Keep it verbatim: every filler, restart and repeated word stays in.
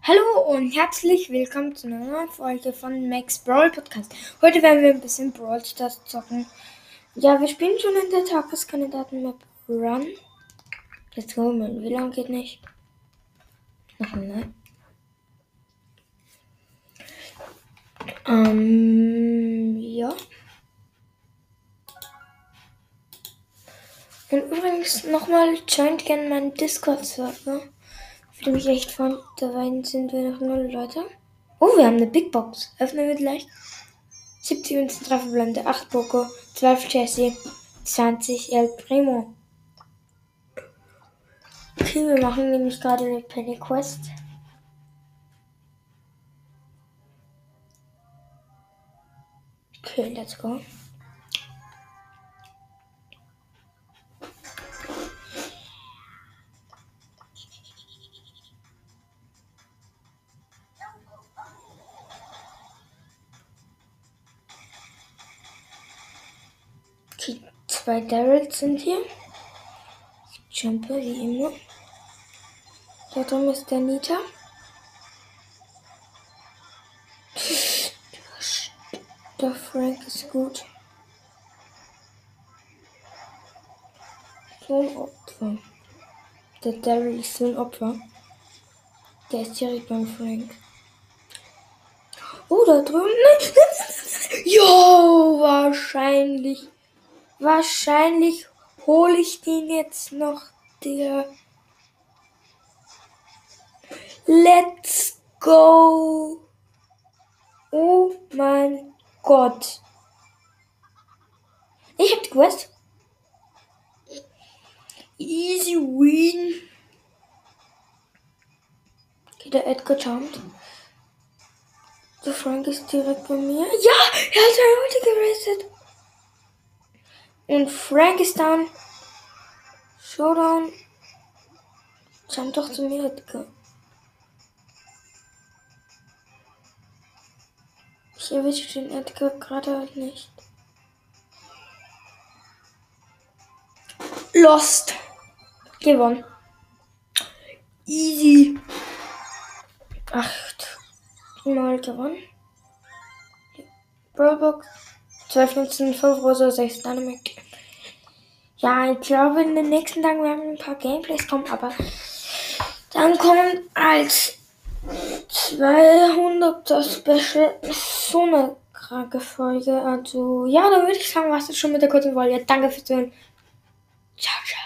Hallo und herzlich willkommen zu einer neuen Folge von Max Brawl Podcast. Heute werden wir ein bisschen Brawl Stars zocken. Ja, wir spielen schon in der Tageskandidaten-Map Run. Let's go, mein W L A N geht nicht. Ach nein. Ähm, ja. Und übrigens nochmal, joint gerne meinen Discord-Server. Würde mich echt freuen. Dabei sind wir noch null Leute. Oh, wir haben eine Big Box. Öffnen wir gleich. siebzig Münzen, drei Verblende, acht Poco, zwölf Jessie, zwanzig El Primo. Okay, wir machen nämlich gerade eine Penny Quest. Okay, let's go. Okay, zwei Daryls sind hier. Ich jumpe wie immer. Da drin ist der Nita. Der Frank ist gut. So ein Opfer. Der Daryl ist so ein Opfer. Der ist direkt beim Frank. Oh, da drüben. Jo, wahrscheinlich. Wahrscheinlich hole ich den jetzt noch, Digga. Let's go. Oh mein Gott. Ich hab die Quest. Easy win. Okay, der Edgar charmt. Der Frank ist direkt bei mir. Ja, er hat seine Ulti gerastet. Und Frank ist down. Showdown. Jump doch zu mir, Edgar. Ich erwische den Edgar gerade halt nicht. Lost. Gewonnen. Easy. Acht Mal gewonnen. Brawlbox. zwölf Münzen, fünf Rosa, sechs Dynamite. Ja, ich glaube in den nächsten Tagen werden ein paar Gameplays kommen, aber dann kommt als zweihunderter Special so eine kranke Folge. Also ja, da würde ich sagen, was ist schon mit der kurzen Folge. Danke fürs Zuhören. Ciao, ciao.